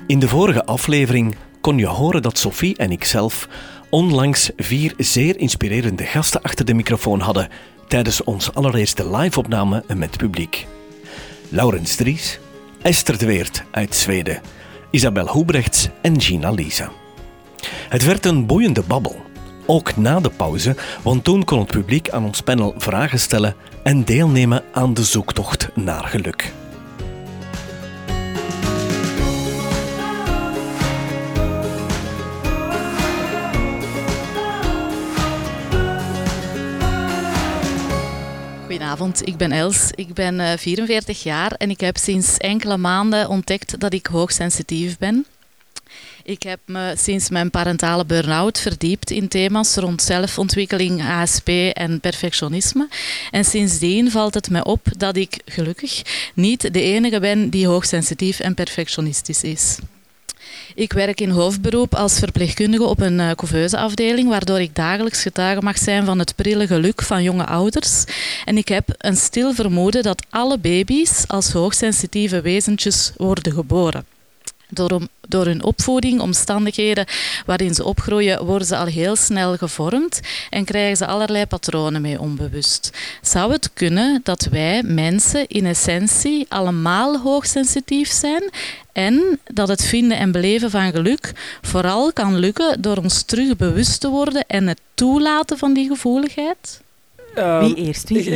In de vorige aflevering kon je horen dat Sophie en ikzelf onlangs 4 zeer inspirerende gasten achter de microfoon hadden tijdens onze allereerste live-opname met publiek. Laurens Dries, Esther de Weert uit Zweden, Isabel Hoebrechts en Gina Lisa. Het werd een boeiende babbel, ook na de pauze, want toen kon het publiek aan ons panel vragen stellen en deelnemen aan de zoektocht naar geluk. Goedenavond, ik ben Els. Ik ben 44 jaar en ik heb sinds enkele maanden ontdekt dat ik hoogsensitief ben. Ik heb me sinds mijn parentale burn-out verdiept in thema's rond zelfontwikkeling, HSP en perfectionisme. En sindsdien valt het me op dat ik, gelukkig, niet de enige ben die hoogsensitief en perfectionistisch is. Ik werk in hoofdberoep als verpleegkundige op een couveuseafdeling, waardoor ik dagelijks getuige mag zijn van het prille geluk van jonge ouders. En ik heb een stil vermoeden dat alle baby's als hoogsensitieve wezentjes worden geboren. Door hun opvoeding, omstandigheden waarin ze opgroeien, worden ze al heel snel gevormd en krijgen ze allerlei patronen mee onbewust. Zou het kunnen dat wij mensen in essentie allemaal hoogsensitief zijn en dat het vinden en beleven van geluk vooral kan lukken door ons terug bewust te worden en het toelaten van die gevoeligheid? Wie eerst? Ik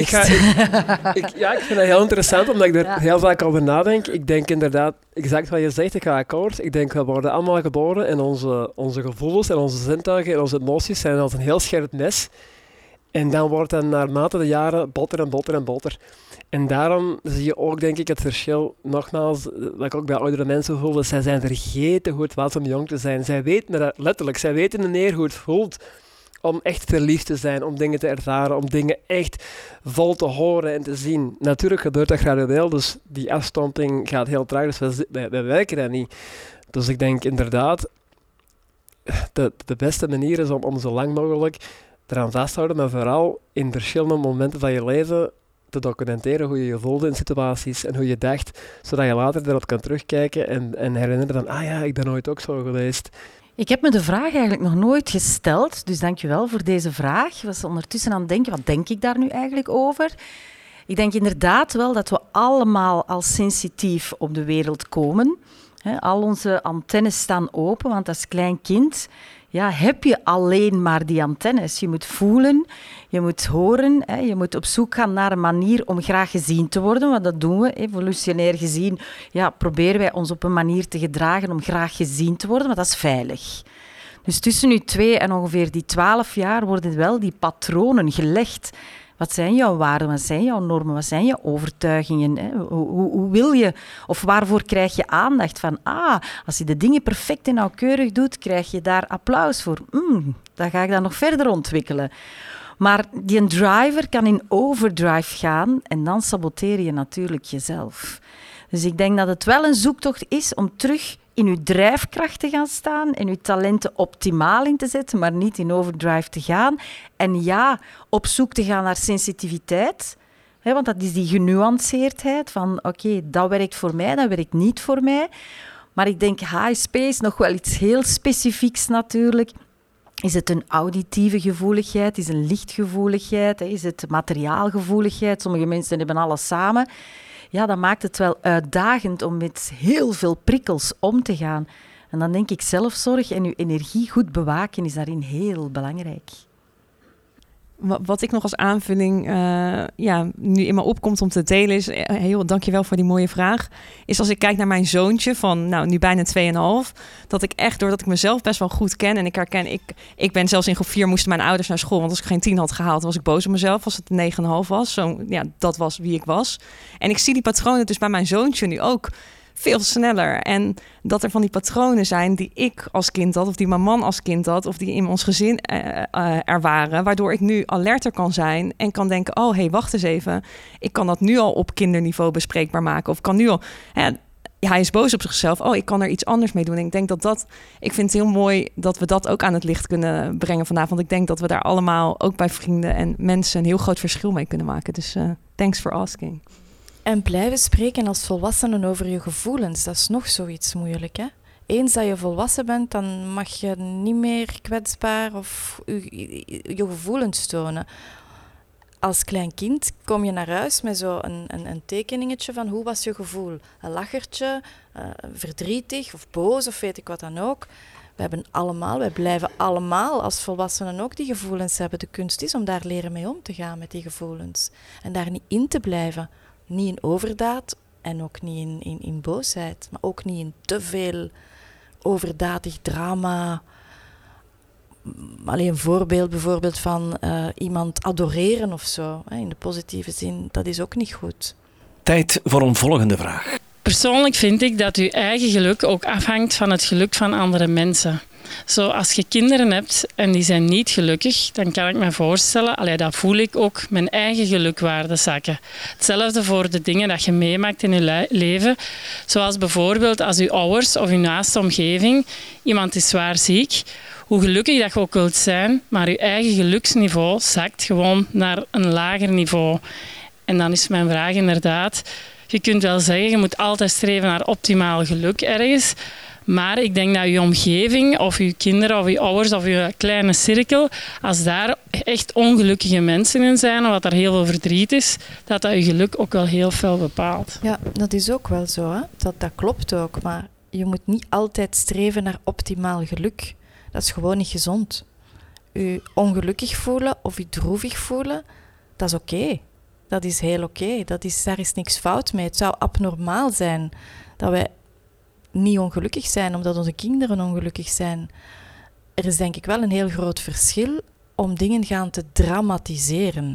vind dat heel interessant, omdat ik er heel vaak over nadenk. Ik denk inderdaad, exact wat je zegt, ik ga akkoord. Ik denk, we worden allemaal geboren en onze gevoelens en onze zintuigen en onze emoties zijn als een heel scherp mes. En dan wordt het naarmate de jaren botter en botter en botter. En daarom zie je ook, denk ik, het verschil, nogmaals, dat ik ook bij oudere mensen voel, zij zijn vergeten hoe het was om jong te zijn. Zij weten, letterlijk, zij weten niet meer hoe het voelt om echt verliefd te zijn, om dingen te ervaren, om dingen echt vol te horen en te zien. Natuurlijk gebeurt dat gradueel, dus die afstomping gaat heel traag, dus wij werken dat niet. Dus ik denk inderdaad, de beste manier is om zo lang mogelijk eraan vast te houden, maar vooral in verschillende momenten van je leven te documenteren hoe je je voelde in situaties en hoe je dacht, zodat je later erop kan terugkijken en herinneren van, ik ben ooit ook zo geweest. Ik heb me de vraag eigenlijk nog nooit gesteld, dus dank je wel voor deze vraag. Ik was ondertussen aan het denken, wat denk ik daar nu eigenlijk over? Ik denk inderdaad wel dat we allemaal als sensitief op de wereld komen. Al onze antennes staan open, want als klein kind heb je alleen maar die antennes. Je moet voelen, je moet horen, je moet op zoek gaan naar een manier om graag gezien te worden, want dat doen we, evolutionair gezien. Proberen wij ons op een manier te gedragen om graag gezien te worden, want dat is veilig. Dus tussen nu 2 en ongeveer die 12 jaar worden wel die patronen gelegd. Wat zijn jouw waarden, wat zijn jouw normen, wat zijn jouw overtuigingen? Hoe wil je, of waarvoor krijg je aandacht van, als je de dingen perfect en nauwkeurig doet, krijg je daar applaus voor. Dan ga ik dat nog verder ontwikkelen. Maar die driver kan in overdrive gaan en dan saboteer je natuurlijk jezelf. Dus ik denk dat het wel een zoektocht is om terug in je drijfkracht te gaan staan en je talenten optimaal in te zetten, maar niet in overdrive te gaan. En op zoek te gaan naar sensitiviteit, want dat is die genuanceerdheid van oké, dat werkt voor mij, dat werkt niet voor mij. Maar ik denk HSP is nog wel iets heel specifieks natuurlijk. Is het een auditieve gevoeligheid? Is het een lichtgevoeligheid? Is het materiaalgevoeligheid? Sommige mensen hebben alles samen. Dat maakt het wel uitdagend om met heel veel prikkels om te gaan. En dan denk ik zelfzorg en uw energie goed bewaken is daarin heel belangrijk. Wat ik nog als aanvulling nu in me opkomt om te delen is, dankjewel voor die mooie vraag, is als ik kijk naar mijn zoontje van nu bijna 2,5, dat ik echt, doordat ik mezelf best wel goed ken en ik herken, ik ben zelfs in groep 4 moesten mijn ouders naar school, want als ik geen 10 had gehaald, was ik boos op mezelf, als het 9,5 was. Dat was wie ik was. En ik zie die patronen dus bij mijn zoontje nu ook veel sneller. En dat er van die patronen zijn die ik als kind had, of die mijn man als kind had, of die in ons gezin er waren, waardoor ik nu alerter kan zijn en kan denken, wacht eens even. Ik kan dat nu al op kinderniveau bespreekbaar maken. Of kan nu al... hij is boos op zichzelf. Ik kan er iets anders mee doen. En ik denk ik vind het heel mooi dat we dat ook aan het licht kunnen brengen vanavond. Ik denk dat we daar allemaal, ook bij vrienden en mensen, een heel groot verschil mee kunnen maken. Dus thanks for asking. En blijven spreken als volwassenen over je gevoelens, dat is nog zoiets moeilijk, hè? eens dat je volwassen bent, dan mag je niet meer kwetsbaar of je gevoelens tonen. Als klein kind kom je naar huis met een tekeningetje van hoe was je gevoel. Een lachertje, verdrietig of boos of weet ik wat dan ook. Wij blijven allemaal als volwassenen ook die gevoelens hebben. De kunst is om daar leren mee om te gaan met die gevoelens. En daar niet in te blijven. Niet in overdaad en ook niet in boosheid. Maar ook niet in te veel overdadig drama. Alleen een voorbeeld bijvoorbeeld van iemand adoreren of zo. In de positieve zin, dat is ook niet goed. Tijd voor een volgende vraag. Persoonlijk vind ik dat uw eigen geluk ook afhangt van het geluk van andere mensen. Zo, als je kinderen hebt en die zijn niet gelukkig, dan kan ik me voorstellen, dat voel ik ook, mijn eigen gelukwaarde zakken. Hetzelfde voor de dingen dat je meemaakt in je leven. Zoals bijvoorbeeld als uw ouders of uw naaste omgeving, iemand is zwaar ziek. Hoe gelukkig dat je ook wilt zijn, maar je eigen geluksniveau zakt gewoon naar een lager niveau. En dan is mijn vraag inderdaad, je kunt wel zeggen, je moet altijd streven naar optimaal geluk ergens. Maar ik denk dat je omgeving, of je kinderen, of je ouders, of je kleine cirkel, als daar echt ongelukkige mensen in zijn, of dat er heel veel verdriet is, dat je geluk ook wel heel veel bepaalt. Ja, dat is ook wel zo. Hè? Dat klopt ook. Maar je moet niet altijd streven naar optimaal geluk. Dat is gewoon niet gezond. Je ongelukkig voelen of je droevig voelen, dat is oké. Dat is heel oké. Daar is niks fout mee. Het zou abnormaal zijn dat wij niet ongelukkig zijn omdat onze kinderen ongelukkig zijn. Er is denk ik wel een heel groot verschil om dingen gaan te dramatiseren.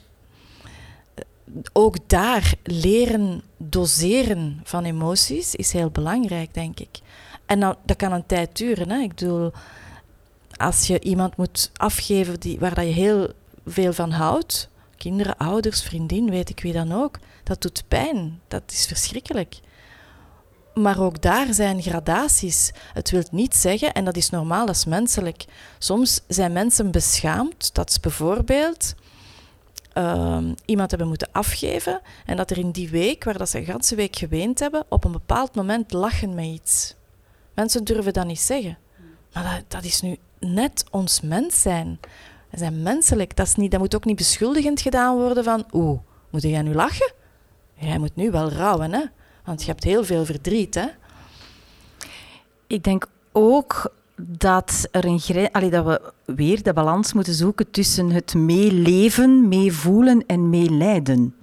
Ook daar leren doseren van emoties is heel belangrijk, denk ik. En nou, dat kan een tijd duren. Hè. Ik bedoel, als je iemand moet afgeven waar dat je heel veel van houdt, kinderen, ouders, vriendin, weet ik wie dan ook, dat doet pijn. Dat is verschrikkelijk. Maar ook daar zijn gradaties. Het wil niet zeggen, en dat is normaal, dat is menselijk. Soms zijn mensen beschaamd dat ze bijvoorbeeld iemand hebben moeten afgeven en dat er in die week, waar dat ze een ganse week geweend hebben, op een bepaald moment lachen met iets. Mensen durven dat niet zeggen. Maar dat is nu net ons mens zijn. We zijn menselijk. Dat moet ook niet beschuldigend gedaan worden van moet jij nu lachen? Jij moet nu wel rouwen, hè? Want je hebt heel veel verdriet, hè? Ik denk ook dat dat we weer de balans moeten zoeken tussen het meeleven, meevoelen en meelijden.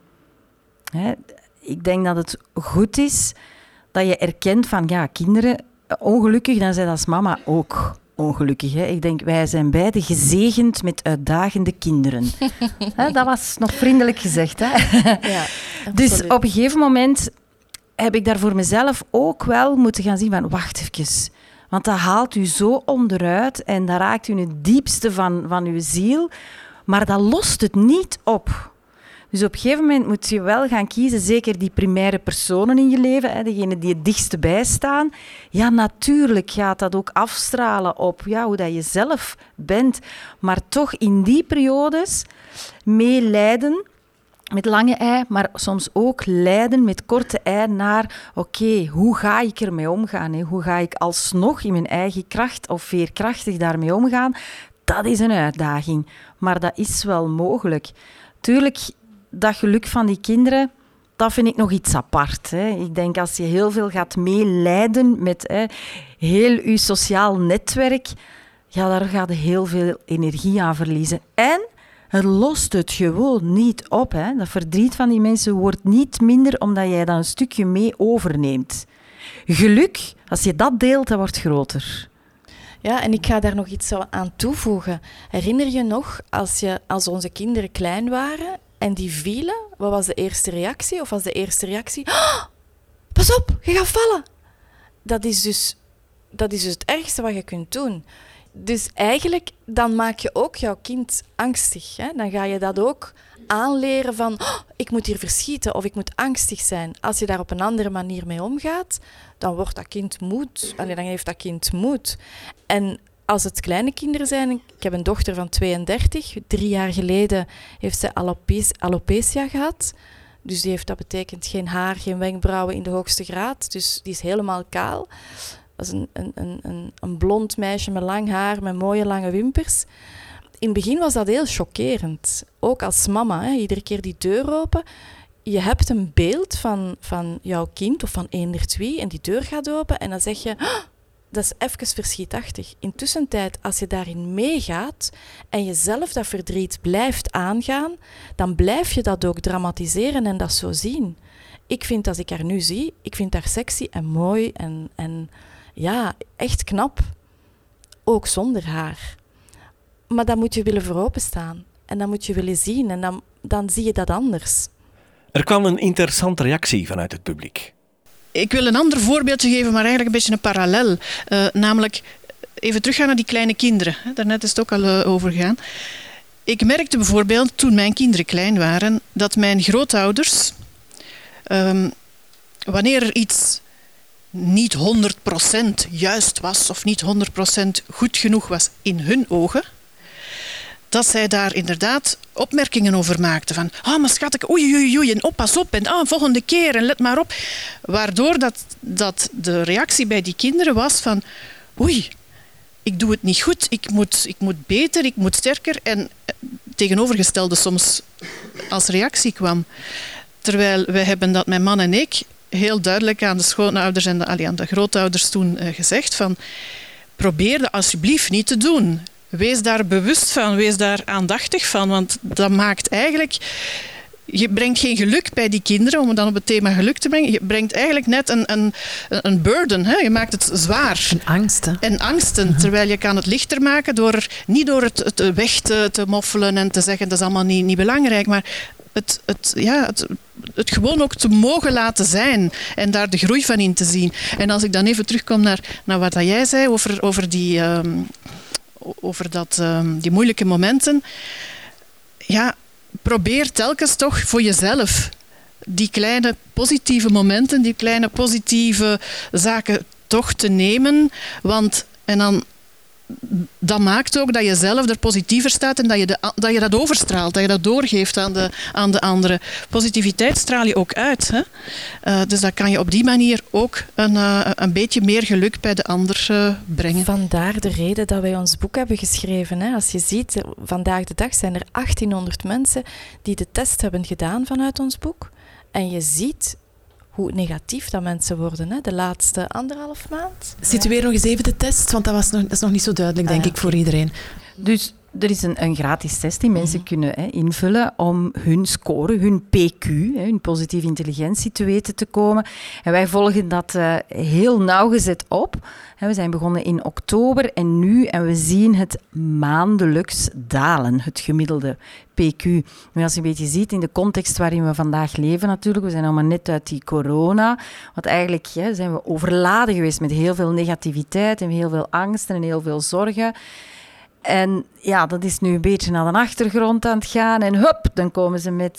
Ik denk dat het goed is dat je erkent van, ja, kinderen, ongelukkig, dan zijn als mama ook ongelukkig. Hè? Ik denk, wij zijn beide gezegend met uitdagende kinderen. Dat was nog vriendelijk gezegd. Hè? Ja, dus op een gegeven moment heb ik daar voor mezelf ook wel moeten gaan zien van, wacht even. Want dat haalt u zo onderuit en dat raakt u in het diepste van uw ziel. Maar dat lost het niet op. Dus op een gegeven moment moet je wel gaan kiezen, zeker die primaire personen in je leven, degene die het dichtst bij staan. Ja, natuurlijk gaat dat ook afstralen op hoe dat je zelf bent. Maar toch in die periodes meelijden met lange ei, maar soms ook lijden met korte ei naar, oké, hoe ga ik ermee omgaan? Hè? Hoe ga ik alsnog in mijn eigen kracht of veerkrachtig daarmee omgaan? Dat is een uitdaging, maar dat is wel mogelijk. Tuurlijk, dat geluk van die kinderen, dat vind ik nog iets apart. Hè. Ik denk als je heel veel gaat meelijden met heel je sociaal netwerk, daar gaat je heel veel energie aan verliezen. En het lost het gewoon niet op. Hè. Dat verdriet van die mensen wordt niet minder omdat jij dat een stukje mee overneemt. Geluk, als je dat deelt, dat wordt groter. Ja, en ik ga daar nog iets aan toevoegen. Herinner je nog, als onze kinderen klein waren en die vielen, wat was de eerste reactie? Of was de eerste reactie, pas op, je gaat vallen. Dat is dus het ergste wat je kunt doen. Dus eigenlijk, dan maak je ook jouw kind angstig. Hè? Dan ga je dat ook aanleren van, ik moet hier verschieten of ik moet angstig zijn. Als je daar op een andere manier mee omgaat, dan wordt dat kind moed. Dan heeft dat kind moed. En als het kleine kinderen zijn, ik heb een dochter van 32, 3 jaar geleden heeft ze alopecia gehad. Dus dat betekent geen haar, geen wenkbrauwen in de hoogste graad. Dus die is helemaal kaal. Dat is een blond meisje met lang haar, met mooie lange wimpers. In het begin was dat heel chockerend. Ook als mama, hè, iedere keer die deur open. Je hebt een beeld van jouw kind of van eender wie en die deur gaat open en dan zeg je... Dat is even verschietachtig. Intussen, als je daarin meegaat en jezelf dat verdriet blijft aangaan, dan blijf je dat ook dramatiseren en dat zo zien. Ik vind, als ik haar nu zie, ik vind haar sexy en mooi en ja, echt knap. Ook zonder haar. Maar dan moet je willen voor openstaan. En dan moet je willen zien en dan zie je dat anders. Er kwam een interessante reactie vanuit het publiek. Ik wil een ander voorbeeldje geven, maar eigenlijk een beetje een parallel. Namelijk, even teruggaan naar die kleine kinderen. Daarnet is het ook al over gegaan. Ik merkte bijvoorbeeld, toen mijn kinderen klein waren, dat mijn grootouders, wanneer er iets niet 100% juist was, of niet 100% goed genoeg was in hun ogen, dat zij daar inderdaad opmerkingen over maakten. Van, maar schat, oei, en pas op, en volgende keer, en let maar op. Waardoor dat de reactie bij die kinderen was van, oei, ik doe het niet goed, ik moet beter, ik moet sterker. En tegenovergestelde soms als reactie kwam. Terwijl wij hebben dat, mijn man en ik, heel duidelijk aan de schoonouders en aan de grootouders toen gezegd van, probeer dat alsjeblieft niet te doen. Wees daar bewust van, wees daar aandachtig van, want dat maakt eigenlijk... Je brengt geen geluk bij die kinderen, om het dan op het thema geluk te brengen. Je brengt eigenlijk net een burden. Hè? Je maakt het zwaar. En angsten. En angsten, terwijl je kan het lichter maken niet door het weg te moffelen en te zeggen dat is allemaal niet belangrijk, maar het gewoon ook te mogen laten zijn en daar de groei van in te zien. En als ik dan even terugkom naar wat jij zei over die... over die moeilijke momenten. Ja, probeer telkens toch voor jezelf die kleine positieve momenten, die kleine positieve zaken toch te nemen. Dat maakt ook dat je zelf er positiever staat en dat je dat overstraalt, dat je dat doorgeeft aan de anderen. Positiviteit straal je ook uit. Hè? Dus dat kan je op die manier ook een beetje meer geluk bij de ander brengen. Vandaar de reden dat wij ons boek hebben geschreven. Hè? Als je ziet, vandaag de dag zijn er 1800 mensen die de test hebben gedaan vanuit ons boek. En je ziet hoe negatief dat mensen worden, hè? De laatste 1,5 maand. Situeer nog eens even de test, want dat is nog niet zo duidelijk, denk ik, voor iedereen. Dus er is een gratis test die mensen kunnen invullen om hun score, hun PQ, hun positieve intelligentie, te weten te komen. En wij volgen dat heel nauwgezet op. We zijn begonnen in oktober en we zien het maandelijks dalen, het gemiddelde PQ. Nu, als je een beetje ziet in de context waarin we vandaag leven natuurlijk, we zijn allemaal net uit die corona, want eigenlijk zijn we overladen geweest met heel veel negativiteit en heel veel angsten en heel veel zorgen. En ja, dat is nu een beetje naar de achtergrond aan het gaan. En hup, dan komen ze met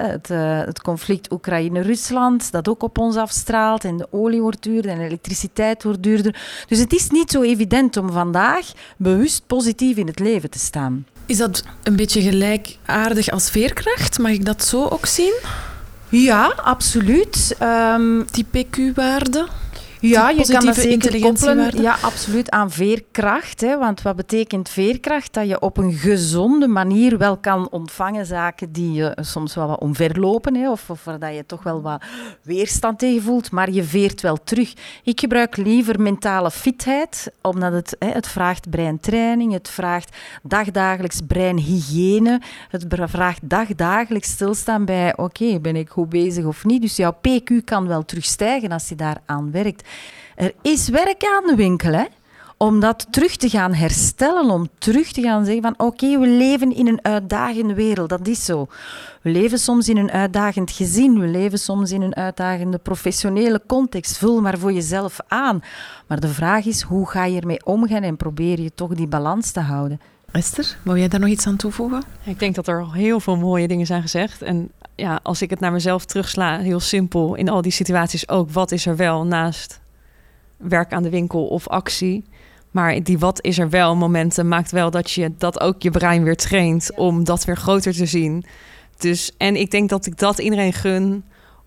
het conflict Oekraïne-Rusland, dat ook op ons afstraalt. En de olie wordt duurder en de elektriciteit wordt duurder. Dus het is niet zo evident om vandaag bewust positief in het leven te staan. Is dat een beetje gelijkaardig als veerkracht? Mag ik dat zo ook zien? Ja, absoluut. Die PQ-waarde? Ja, je kan dat zeker koppelen, ja, absoluut, aan veerkracht. Hè, want wat betekent veerkracht? Dat je op een gezonde manier wel kan ontvangen zaken die je soms wel wat omverlopen, hè, of waar dat je toch wel wat weerstand tegen voelt, maar je veert wel terug. Ik gebruik liever mentale fitheid, omdat het vraagt breintraining, het vraagt dagdagelijks breinhygiëne, het vraagt dagdagelijks stilstaan bij, oké, ben ik goed bezig of niet? Dus jouw PQ kan wel terugstijgen als je daaraan werkt. Er is werk aan de winkel, hè? Om dat terug te gaan herstellen, om terug te gaan zeggen van oké, we leven in een uitdagende wereld, dat is zo. We leven soms in een uitdagend gezin, we leven soms in een uitdagende professionele context. Vul maar voor jezelf aan. Maar de vraag is, hoe ga je ermee omgaan en probeer je toch die balans te houden? Esther, wou jij daar nog iets aan toevoegen? Ik denk dat er al heel veel mooie dingen zijn gezegd. En ja, als ik het naar mezelf terugsla, heel simpel, in al die situaties ook, wat is er wel naast werk aan de winkel of actie? Maar die wat is er wel momenten maakt wel dat ook je brein weer traint om dat weer groter te zien. Dus, en ik denk dat ik dat iedereen gun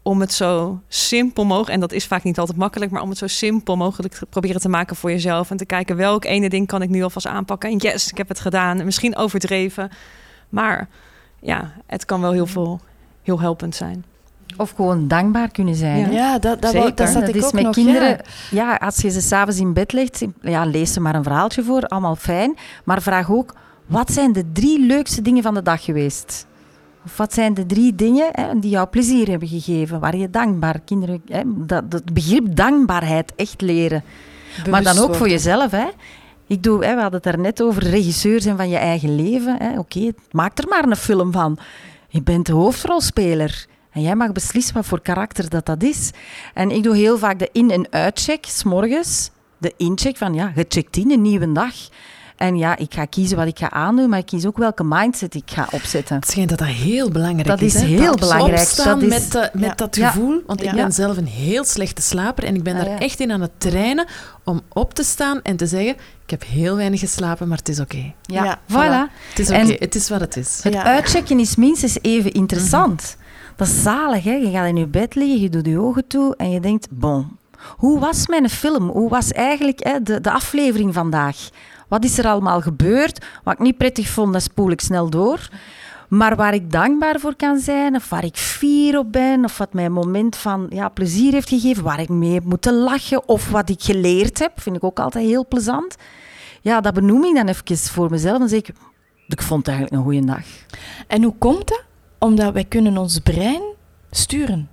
om het zo simpel mogelijk, en dat is vaak niet altijd makkelijk, maar om het zo simpel mogelijk te proberen te maken voor jezelf. En te kijken welk ene ding kan ik nu alvast aanpakken. En yes, ik heb het gedaan. Misschien overdreven. Maar ja, het kan wel heel helpend zijn. Of gewoon dankbaar kunnen zijn. Ja, dat zat ik is ook met nog. Kinderen, ja, als je ze 's avonds in bed legt, lees ze maar een verhaaltje voor. Allemaal fijn. Maar vraag ook, wat zijn de 3 leukste dingen van de dag geweest? Of wat zijn de 3 dingen die jou plezier hebben gegeven? Waar je dankbaar, kinderen, dat begrip dankbaarheid echt leren. Bewust maar dan ook worden. voor jezelf. We hadden het daarnet over regisseur zijn van je eigen leven. Oké, maak er maar een film van. Je bent de hoofdrolspeler. En jij mag beslissen wat voor karakter dat is. En ik doe heel vaak de in- en uitcheck, 's morgens. De incheck van, je checkt in een nieuwe dag. En ja, ik ga kiezen wat ik ga aandoen, maar ik kies ook welke mindset ik ga opzetten. Het schijnt dat dat heel belangrijk Dat is. is heel belangrijk. Opstaan Dat is, met dat gevoel. Want ik Ja. ben zelf een heel slechte slaper. En ik ben daar echt in aan het trainen om op te staan en te zeggen... Ik heb heel weinig geslapen, maar het is oké. Ja, voilà. Het is oké, het is wat het is. Het uitchecken is minstens even interessant. Dat is zalig, hè? Je gaat in je bed liggen, je doet je ogen toe en je denkt... Bon, hoe was mijn film? Hoe was eigenlijk de aflevering vandaag? Wat is er allemaal gebeurd? Wat ik niet prettig vond, dat spoel ik snel door. Maar waar ik dankbaar voor kan zijn, of waar ik fier op ben, of wat mij een moment van plezier heeft gegeven, waar ik mee heb moeten lachen, of wat ik geleerd heb, vind ik ook altijd heel plezant. Ja, dat benoem ik dan even voor mezelf en zeg ik vond het eigenlijk een goede dag. En hoe komt dat? Omdat wij kunnen ons brein sturen.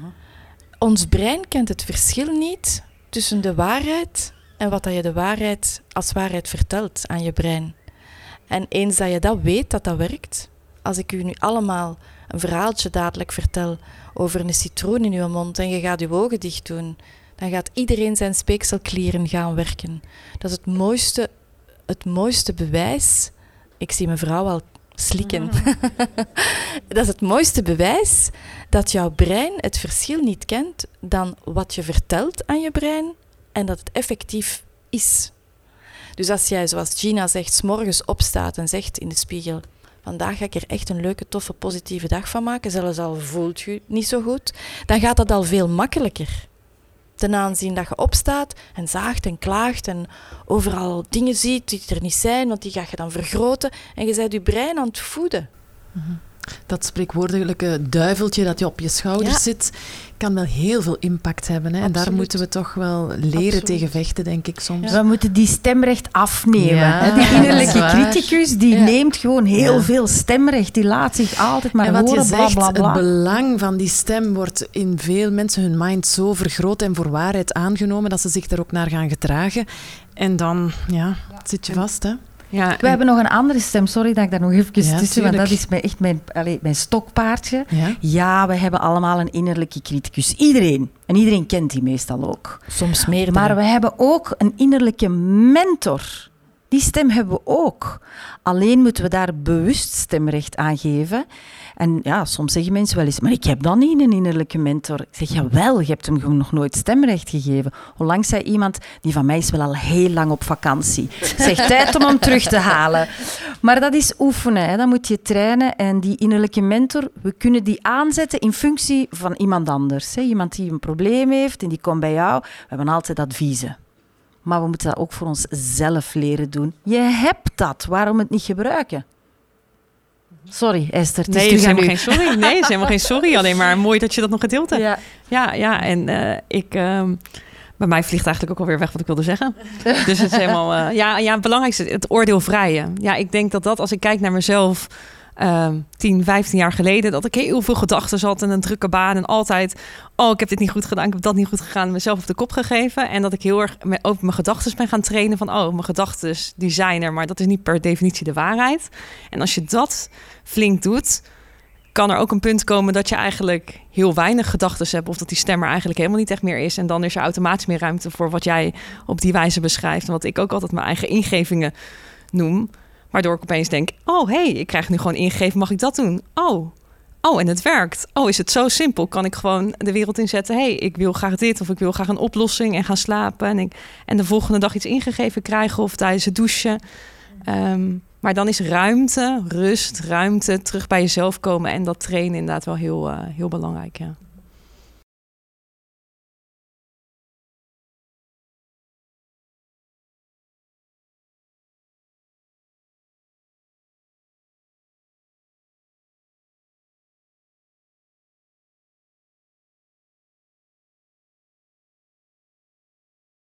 Ons brein kent het verschil niet tussen de waarheid en wat dat je de waarheid als waarheid vertelt aan je brein. En eens dat je dat weet, dat werkt, als ik u nu allemaal een verhaaltje dadelijk vertel over een citroen in uw mond en je gaat uw ogen dicht doen, dan gaat iedereen zijn speekselklieren gaan werken. Dat is het mooiste bewijs. Ik zie mijn vrouw al slikken. Dat is het mooiste bewijs dat jouw brein het verschil niet kent dan wat je vertelt aan je brein en dat het effectief is. Dus als jij, zoals Gina zegt, 's morgens opstaat en zegt in de spiegel: vandaag ga ik er echt een leuke, toffe, positieve dag van maken, zelfs al voelt je niet zo goed, dan gaat dat al veel makkelijker. Ten aanzien dat je opstaat en zaagt en klaagt en overal dingen ziet die er niet zijn, want die ga je dan vergroten en je bent je brein aan het voeden. Dat spreekwoordelijke duiveltje dat je op je schouders zit, kan wel heel veel impact hebben. Hè? En daar moeten we toch wel leren tegen vechten, denk ik soms. We moeten die stemrecht afnemen. Ja, die innerlijke dat is waar. criticus, die neemt gewoon heel veel stemrecht. Die laat zich altijd maar en wat horen, je zegt, bla, bla, bla. het belang van die stem wordt in veel mensen hun mind zo vergroot en voor waarheid aangenomen dat ze zich daar ook naar gaan gedragen. En dan zit je vast, hè. Ja, We hebben nog een andere stem, sorry dat ik daar nog even tussen, tuurlijk. want dat is echt mijn stokpaardje. Ja. Ja, we hebben allemaal een innerlijke criticus. Iedereen. En iedereen kent die meestal ook. Soms meer. Maar we hebben ook een innerlijke mentor. Die stem hebben we ook. Alleen moeten we daar bewust stemrecht aan geven. En ja, soms zeggen mensen wel eens, maar ik heb dan niet een innerlijke mentor. Ik zeg, jawel, je hebt hem gewoon nog nooit stemrecht gegeven. Onlangs zei iemand, die van mij is wel al heel lang op vakantie. Zeg, tijd om hem terug te halen. Maar dat is oefenen, hè. Dat moet je trainen. En die innerlijke mentor, we kunnen die aanzetten in functie van iemand anders. Hè. Iemand die een probleem heeft en die komt bij jou. We hebben altijd adviezen. Maar we moeten dat ook voor onszelf leren doen. Je hebt dat, waarom het niet gebruiken? Sorry, Esther, het is Nee, is terug aan helemaal u. geen sorry. Nee, is helemaal geen sorry. Alleen maar mooi dat je dat nog gedeeld hebt. Ja, en bij mij vliegt eigenlijk ook alweer weg wat ik wilde zeggen. Dus het is helemaal... het belangrijkste, het oordeelvrije. Ja, ik denk dat als ik kijk naar mezelf 10, 15 jaar geleden, dat ik heel veel gedachten had en een drukke baan en altijd, ik heb dit niet goed gedaan, ik heb dat niet goed gedaan, mezelf op de kop gegeven. En dat ik heel erg over mijn gedachten ben gaan trainen van, mijn gedachten die zijn er, maar dat is niet per definitie de waarheid. En als je dat flink doet, kan er ook een punt komen dat je eigenlijk heel weinig gedachten hebt of dat die stem er eigenlijk helemaal niet echt meer is. En dan is er automatisch meer ruimte voor wat jij op die wijze beschrijft. En wat ik ook altijd mijn eigen ingevingen noem. Waardoor ik opeens denk, ik krijg nu gewoon ingegeven, mag ik dat doen? En het werkt. Is het zo simpel? Kan ik gewoon de wereld inzetten? Ik wil graag dit of ik wil graag een oplossing en gaan slapen. En de volgende dag iets ingegeven krijgen of tijdens het douchen. Maar dan is ruimte, terug bij jezelf komen en dat trainen inderdaad wel heel belangrijk. Ja.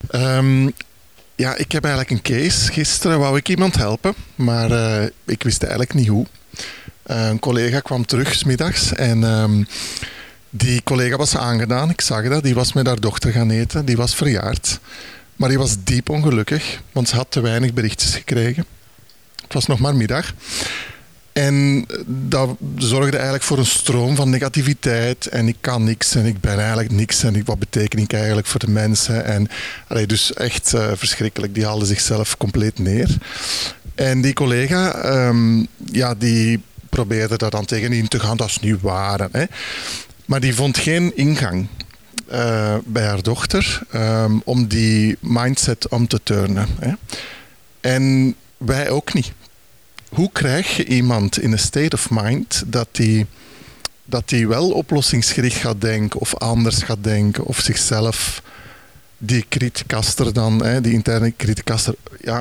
Ja, ik heb eigenlijk een case. Gisteren wou ik iemand helpen, maar ik wist eigenlijk niet hoe. Een collega kwam terug 's middags en die collega was aangedaan. Ik zag dat. Die was met haar dochter gaan eten. Die was verjaard. Maar die was diep ongelukkig, want ze had te weinig berichtjes gekregen. Het was nog maar middag. En dat zorgde eigenlijk voor een stroom van negativiteit. En ik kan niks en ik ben eigenlijk niks. En wat beteken ik eigenlijk voor de mensen? En, dus echt verschrikkelijk. Die haalde zichzelf compleet neer. En die collega, die probeerde daar dan tegenin te gaan. Dat is niet waar. Hè? Maar die vond geen ingang bij haar dochter om die mindset om te turnen. Hè? En wij ook niet. Hoe krijg je iemand in een state of mind dat die wel oplossingsgericht gaat denken of anders gaat denken of zichzelf die kritiekaster dan, die interne kritiekaster,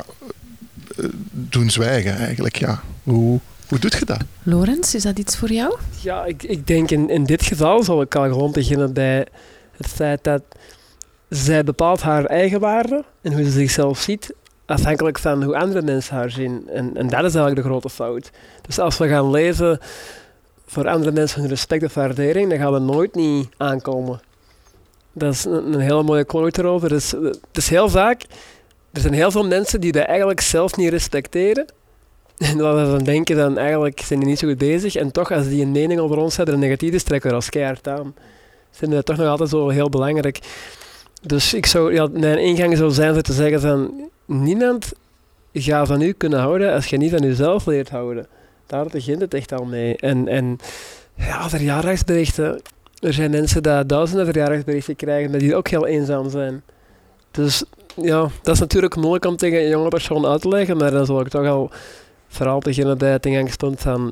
doen zwijgen eigenlijk. Ja. Hoe doet je dat? Lorenz, is dat iets voor jou? Ja, ik denk in dit geval zal ik al gewoon beginnen bij het feit dat zij bepaalt haar eigen waarde en hoe ze zichzelf ziet, afhankelijk van hoe andere mensen haar zien. En dat is eigenlijk de grote fout. Dus als we gaan leven voor andere mensen hun respect of waardering, dan gaan we nooit niet aankomen. Dat is een hele mooie quote erover. Dus heel vaak, er zijn heel veel mensen die dat eigenlijk zelf niet respecteren. En dat we dan denken, dan eigenlijk zijn die niet zo goed bezig. En toch, als die een mening over ons hebben, een negatief is, trekken we als keihard aan. Vinden dat toch nog altijd zo heel belangrijk. Dus mijn ingang zou zijn voor te zeggen van, niemand gaat van u kunnen houden als je niet van jezelf leert houden. Daar begint het echt al mee. En verjaardagsberichten. Er zijn mensen die duizenden verjaardagsberichten krijgen, maar die ook heel eenzaam zijn. Dus ja, dat is natuurlijk moeilijk om tegen een jonge persoon uit te leggen, maar dan zal ik toch al vooral beginnen bij het ingangspunt van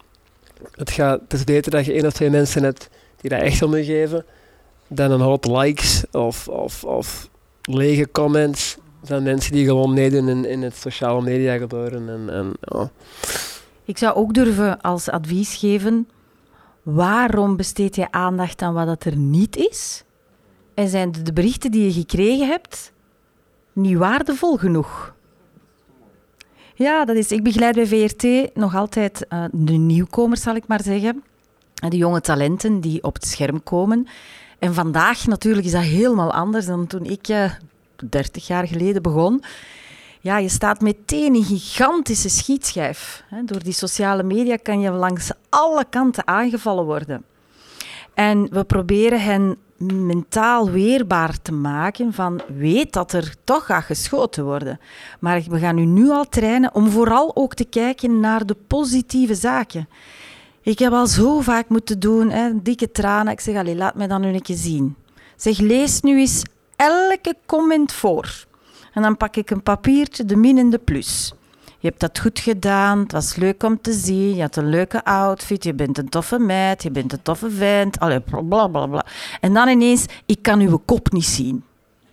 het is beter dat je 1 of 2 mensen hebt die dat echt om je geven, dan een hoop likes of lege comments van mensen die gewoon meedoen in het sociale media gebeuren. Ik zou ook durven als advies geven, waarom besteed je aandacht aan wat er niet is? En zijn de berichten die je gekregen hebt niet waardevol genoeg? Ja, ik begeleid bij VRT nog altijd de nieuwkomers, zal ik maar zeggen. De jonge talenten die op het scherm komen. En vandaag natuurlijk is dat helemaal anders dan toen ik 30 jaar geleden begon. Ja, je staat meteen in gigantische schietschijf. Door die sociale media kan je langs alle kanten aangevallen worden. En we proberen hen mentaal weerbaar te maken van weet dat er toch gaat geschoten worden. Maar we gaan u nu al trainen om vooral ook te kijken naar de positieve zaken. Ik heb al zo vaak moeten doen, dikke tranen. Ik zeg, allee, laat mij dan nu een keer zien. Zeg, lees nu eens elke comment voor. En dan pak ik een papiertje, de min en de plus. Je hebt dat goed gedaan, het was leuk om te zien, je had een leuke outfit, je bent een toffe meid, je bent een toffe vent, allee, bla bla bla. En dan ineens, ik kan uw kop niet zien.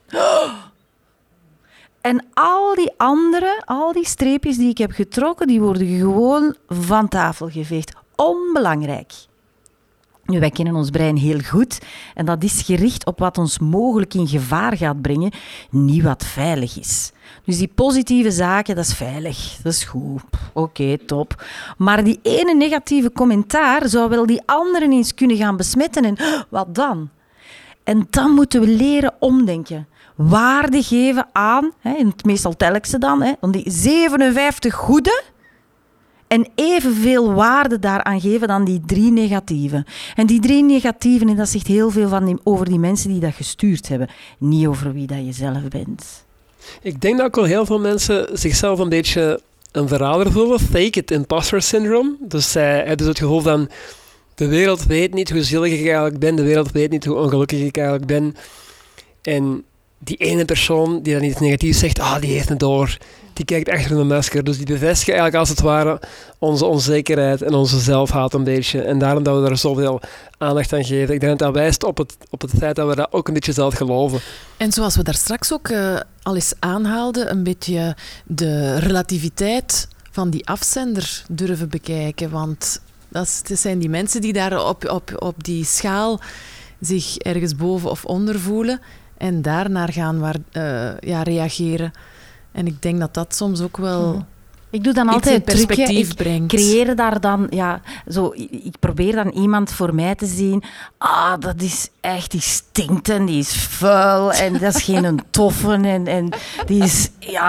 En al die streepjes die ik heb getrokken, die worden gewoon van tafel geveegd. Onbelangrijk. Nu, wij kennen ons brein heel goed en dat is gericht op wat ons mogelijk in gevaar gaat brengen, niet wat veilig is. Dus die positieve zaken, dat is veilig, dat is goed, oké, top. Maar die ene negatieve commentaar zou wel die anderen eens kunnen gaan besmetten en wat dan? En dan moeten we leren omdenken. Waarde geven aan, meestal tel ik ze dan die 57 goede, en evenveel waarde daaraan geven dan die 3 negatieven. En die 3 negatieven, en dat zegt heel veel over die mensen die dat gestuurd hebben. Niet over wie dat je zelf bent. Ik denk dat ook wel heel veel mensen zichzelf een beetje een verrader voelen. Fake it imposter syndrome. Dus zij hebben dus het gevoel van, de wereld weet niet hoe zielig ik eigenlijk ben. De wereld weet niet hoe ongelukkig ik eigenlijk ben. En die ene persoon die dan iets negatiefs zegt, die heeft het door. Die kijkt achter een masker. Dus die bevestigen eigenlijk als het ware onze onzekerheid en onze zelfhaat een beetje. En daarom dat we daar zoveel aandacht aan geven. Ik denk dat dat wijst op het feit dat we dat ook een beetje zelf geloven. En zoals we daar straks ook al eens aanhaalden, een beetje de relativiteit van die afzender durven bekijken. Want dat zijn die mensen die daar op die schaal zich ergens boven of onder voelen. en daarnaar gaan reageren. En ik denk dat dat soms ook wel... Ik doe dan altijd het perspectief brengt. Ik creëer daar dan, ik probeer dan iemand voor mij te zien. Dat is echt, die stinkt en die is vuil en dat is geen toffe en die is,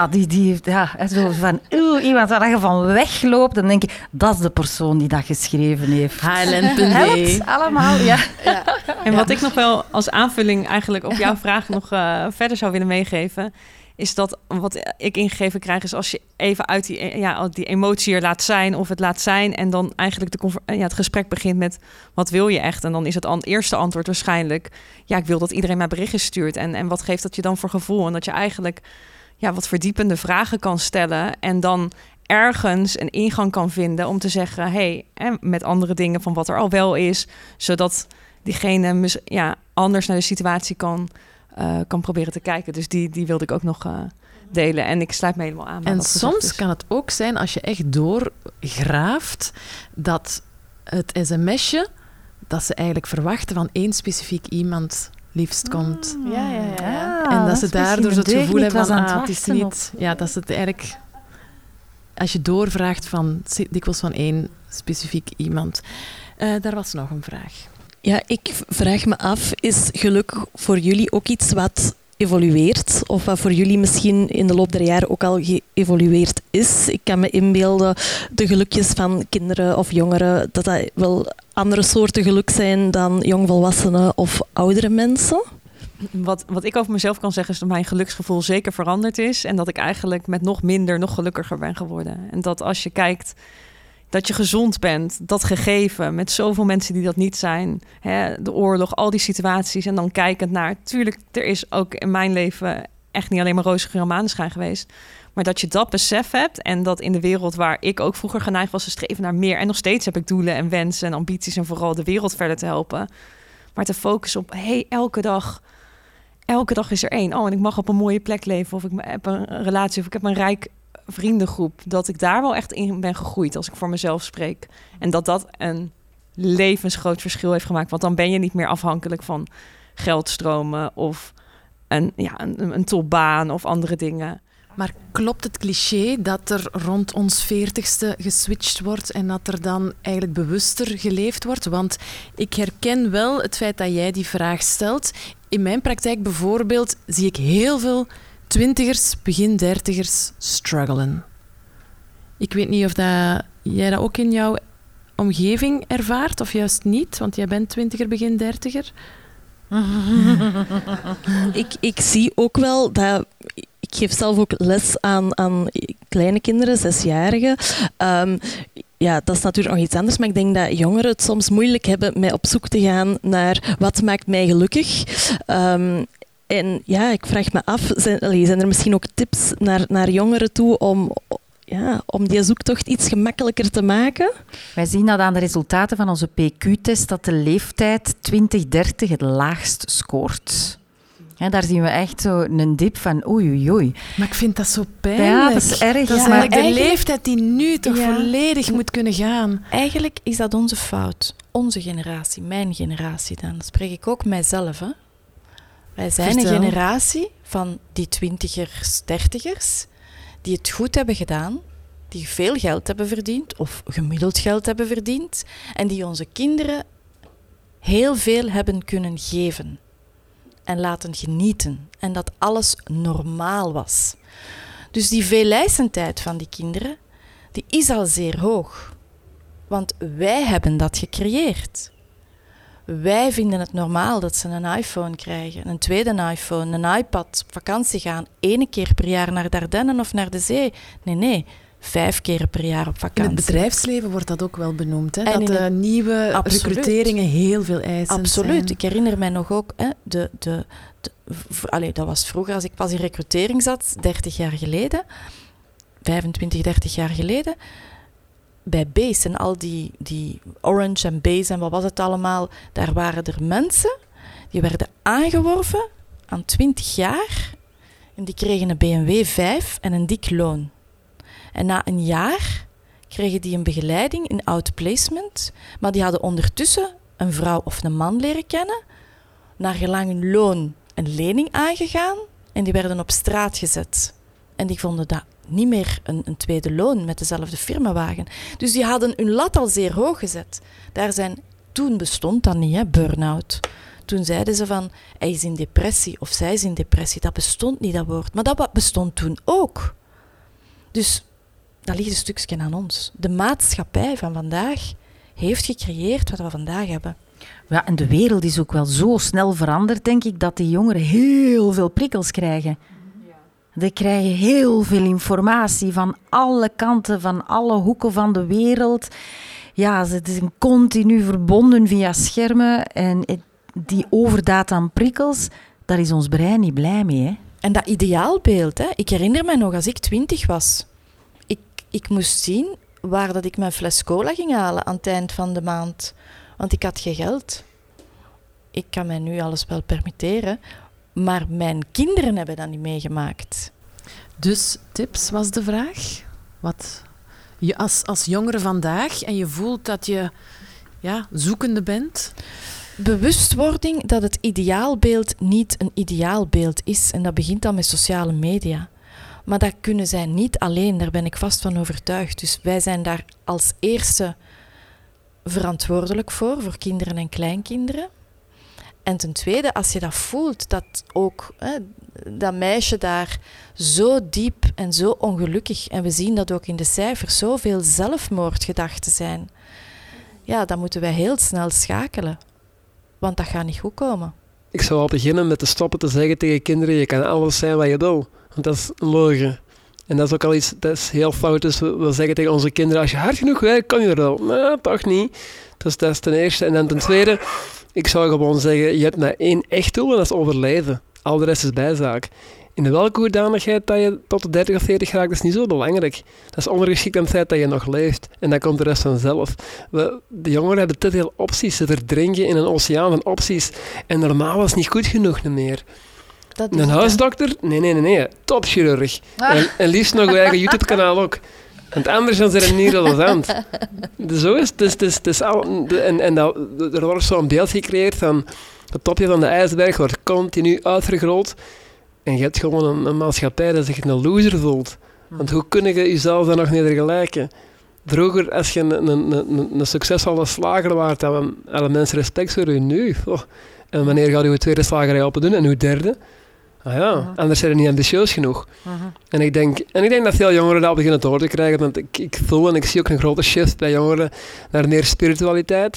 zo van, iemand waar je van wegloopt, dan denk ik, dat is de persoon die dat geschreven heeft. Highland.be. Allemaal, ja. En wat ik nog wel als aanvulling eigenlijk op jouw vraag nog verder zou willen meegeven, is dat wat ik ingegeven krijg, is als je even uit die emotie er laat zijn of het laat zijn en dan eigenlijk het gesprek begint met wat wil je echt? En dan is het eerste antwoord waarschijnlijk, ik wil dat iedereen mij berichtjes stuurt. En wat geeft dat je dan voor gevoel? En dat je eigenlijk wat verdiepende vragen kan stellen en dan ergens een ingang kan vinden om te zeggen, met andere dingen van wat er al wel is, zodat diegene anders naar de situatie kan proberen te kijken. Dus die wilde ik ook nog delen. En ik sluit me helemaal aan. En soms kan het ook zijn, als je echt doorgraaft, dat het sms'je dat ze eigenlijk verwachten van één specifiek iemand liefst komt. Ja. En dat ze daardoor het gevoel hebben van, het is niet... Op. Ja, dat is het eigenlijk... Als je doorvraagt dikwijls van één specifiek iemand. Daar was nog een vraag. Ja, ik vraag me af, is geluk voor jullie ook iets wat evolueert? Of wat voor jullie misschien in de loop der jaren ook al geëvolueerd is? Ik kan me inbeelden, de gelukjes van kinderen of jongeren, dat wel andere soorten geluk zijn dan jongvolwassenen of oudere mensen. Wat ik over mezelf kan zeggen is dat mijn geluksgevoel zeker veranderd is. En dat ik eigenlijk met nog minder, nog gelukkiger ben geworden. En dat als je kijkt dat je gezond bent, dat gegeven met zoveel mensen die dat niet zijn. De oorlog, al die situaties. En dan kijkend naar, tuurlijk, er is ook in mijn leven echt niet alleen maar roze geur en maneschijn geweest. Maar dat je dat besef hebt en dat in de wereld waar ik ook vroeger geneigd was te streven naar meer. En nog steeds heb ik doelen en wensen en ambities en vooral de wereld verder te helpen. Maar te focussen op, elke dag is er één. En ik mag op een mooie plek leven. Of ik heb een relatie. Of ik heb een rijk vriendengroep. Dat ik daar wel echt in ben gegroeid als ik voor mezelf spreek. En dat een levensgroot verschil heeft gemaakt. Want dan ben je niet meer afhankelijk van geldstromen of een topbaan of andere dingen. Maar klopt het cliché dat er rond ons 40ste geswitcht wordt en dat er dan eigenlijk bewuster geleefd wordt? Want ik herken wel het feit dat jij die vraag stelt. In mijn praktijk bijvoorbeeld zie ik heel veel 20ers, begin 30ers struggelen. Ik weet niet of jij dat ook in jouw omgeving ervaart of juist niet, want jij bent 20er, begin 30er. Ik zie ook wel dat... Ik geef zelf ook les aan kleine kinderen, 6-jarigen. Dat is natuurlijk nog iets anders, maar ik denk dat jongeren het soms moeilijk hebben met op zoek te gaan naar wat maakt mij gelukkig. Ik vraag me af, zijn er misschien ook tips naar jongeren toe om die zoektocht iets gemakkelijker te maken? Wij zien dat aan de resultaten van onze PQ-test dat de leeftijd 20-30 het laagst scoort. Daar zien we echt zo een dip van oei. Maar ik vind dat zo pijnlijk. Ja, dat is erg. Dat is eigenlijk de leeftijd die nu toch volledig moet kunnen gaan. Eigenlijk is dat onze fout. Onze generatie, mijn generatie dan. Dat spreek ik ook mijzelf. Hè? Wij zijn een generatie van die 20ers, 30ers, die het goed hebben gedaan, die veel geld hebben verdiend, of gemiddeld geld hebben verdiend, en die onze kinderen heel veel hebben kunnen geven. En laten genieten. En dat alles normaal was. Dus die veelijzendheid van die kinderen, die is al zeer hoog. Want wij hebben dat gecreëerd. Wij vinden het normaal dat ze een iPhone krijgen, een tweede iPhone, een iPad, op vakantie gaan, 1 keer per jaar naar de Ardennen of naar de zee. Nee, 5 keer per jaar op vakantie. In het bedrijfsleven wordt dat ook wel benoemd, hè? Dat de nieuwe recruteringen heel veel eisend zijn. Absoluut. Ik herinner mij nog ook, dat was vroeger, als ik pas in recrutering zat, 30 jaar geleden, 25, 30 jaar geleden, bij Base en al die Orange en Base en wat was het allemaal, daar waren er mensen die werden aangeworven aan 20 jaar en die kregen een BMW 5 en een dik loon. En na een jaar kregen die een begeleiding in outplacement, maar die hadden ondertussen een vrouw of een man leren kennen. Naar gelang hun loon een lening aangegaan en die werden op straat gezet. En die vonden dat niet meer een tweede loon met dezelfde firmawagen. Dus die hadden hun lat al zeer hoog gezet. Toen bestond dat niet, burn-out. Toen zeiden ze van, hij is in depressie of zij is in depressie. Dat bestond niet, dat woord. Maar dat bestond toen ook. Dus dat ligt een stukje aan ons. De maatschappij van vandaag heeft gecreëerd wat we vandaag hebben. Ja, en de wereld is ook wel zo snel veranderd, denk ik, dat die jongeren heel veel prikkels krijgen. Die krijgen heel veel informatie van alle kanten, van alle hoeken van de wereld. Ja, ze zijn continu verbonden via schermen. En die overdaad aan prikkels, daar is ons brein niet blij mee. Hè? En dat ideaalbeeld, hè? Ik herinner me nog als ik 20 was. Ik moest zien waar dat ik mijn fles cola ging halen aan het eind van de maand. Want ik had geen geld. Ik kan mij nu alles wel permitteren, maar mijn kinderen hebben dat niet meegemaakt. Dus tips was de vraag. Wat je als jongere vandaag en je voelt dat je zoekende bent? Bewustwording dat het ideaalbeeld niet een ideaalbeeld is. En dat begint dan met sociale media. Maar dat kunnen zij niet alleen, daar ben ik vast van overtuigd. Dus wij zijn daar als eerste verantwoordelijk voor kinderen en kleinkinderen. En ten tweede, als je dat voelt, dat ook dat meisje daar zo diep en zo ongelukkig, en we zien dat ook in de cijfers, zoveel zelfmoordgedachten zijn, ja, dan moeten wij heel snel schakelen. Want dat gaat niet goed komen. Ik zou al beginnen met te stoppen te zeggen tegen kinderen, je kan alles zijn wat je wil. Want dat is een logen. En dat is ook al iets, dat is heel fout. Dus we zeggen tegen onze kinderen, als je hard genoeg werkt, kan je er wel. Nou, toch niet. Dus dat is ten eerste. En dan ten tweede, ik zou gewoon zeggen, je hebt maar één echt doel en dat is overleven. Al de rest is bijzaak. In welke hoedanigheid dat je tot de 30 of 40 raakt, is niet zo belangrijk. Dat is ondergeschikt aan het feit dat je nog leeft. En dan komt de rest vanzelf. De jongeren hebben te veel opties. Ze verdrinken in een oceaan van opties. En normaal is niet goed genoeg meer. Een huisdokter? Nee. Topchirurg. En liefst nog uw eigen YouTube-kanaal ook. Want anders zijn ze niet relevant. Zo is het. Er wordt zo'n beeld gecreëerd van het topje van de ijsberg wordt continu uitvergroot. En je hebt gewoon een maatschappij dat zich een loser voelt. Want hoe kun je jezelf dan nog niet vergelijken? Vroeger, als je een succesvolle slager waart, hadden mensen respect voor je. Nu. Oh. En wanneer gaat je tweede slagerij open doen en uw derde? Ah ja, anders zijn ze niet ambitieus genoeg. En ik denk dat veel jongeren dat beginnen te horen krijgen, want ik voel en ik zie ook een grote shift bij jongeren naar meer spiritualiteit.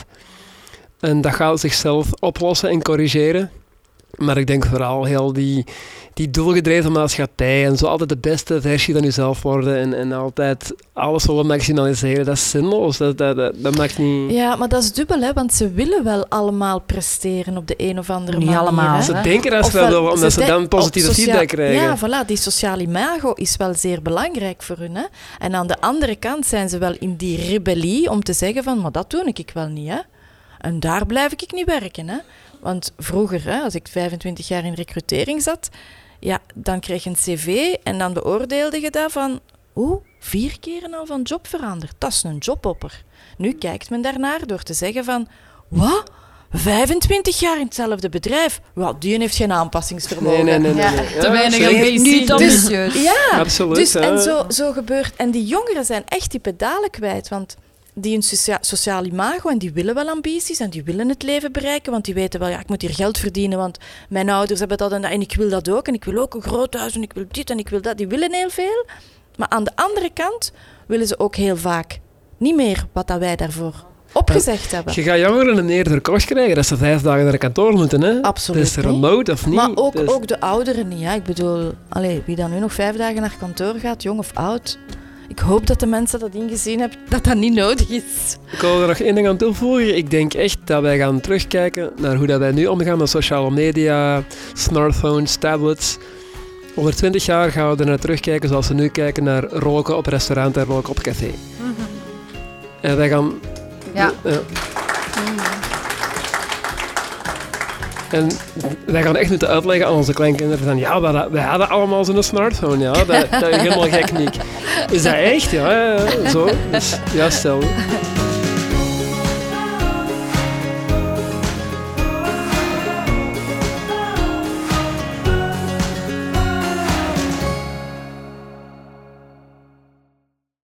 En dat gaat zichzelf oplossen en corrigeren. Maar ik denk vooral heel die doelgedreven maatschappij en zo altijd de beste versie van jezelf worden en altijd alles willen maximaliseren, dat is zinloos. Dat maakt niet... Ja, maar dat is dubbel, hè, want ze willen wel allemaal presteren op de een of andere manier. Niet allemaal. Ze denken dat ze wel willen, omdat ze dan positieve feedback krijgen. Ja, voilà, die sociale imago is wel zeer belangrijk voor hun. Hè. En aan de andere kant zijn ze wel in die rebellie om te zeggen van, maar dat doe ik wel niet, hè. En daar blijf ik niet werken, hè. Want vroeger, hè, als ik 25 jaar in recrutering zat, ja, dan kreeg je een cv en dan beoordeelde je dat van 4 keer al van job veranderd. Dat is een jobhopper. Nu kijkt men daarnaar door te zeggen van, wat? 25 jaar in hetzelfde bedrijf? Well, die heeft geen aanpassingsvermogen. Nee. Te weinig ambitieus. Ja, absoluut. Dus, en zo gebeurt. En die jongeren zijn echt die pedalen kwijt, want die een sociaal imago en die willen wel ambities en die willen het leven bereiken, want die weten wel, ja, ik moet hier geld verdienen, want mijn ouders hebben dat en ik wil dat ook en ik wil ook een groot huis en ik wil dit en ik wil dat. Die willen heel veel, maar aan de andere kant willen ze ook heel vaak niet meer wat dat wij daarvoor opgezegd hebben. Je gaat jongeren een eerder kost krijgen dat ze 5 dagen naar een kantoor moeten. Hè? Absoluut. Het is remote of niet. Maar ook de ouderen niet. Ja. Ik bedoel, wie dan nu nog 5 dagen naar kantoor gaat, jong of oud. Ik hoop dat de mensen dat ingezien hebben, dat dat niet nodig is. Ik wil er nog 1 ding aan toevoegen. Ik denk echt dat wij gaan terugkijken naar hoe dat wij nu omgaan met sociale media, smartphones, tablets. Over 20 jaar gaan we er naar terugkijken zoals we nu kijken naar roken op restaurant en roken op café. En wij gaan... Ja. En wij gaan echt moeten uitleggen aan onze kleinkinderen van ja, wij hadden allemaal zo'n smartphone. Ja, dat is helemaal gek niet. Is dat echt? Ja, zo. Dus, ja, stel.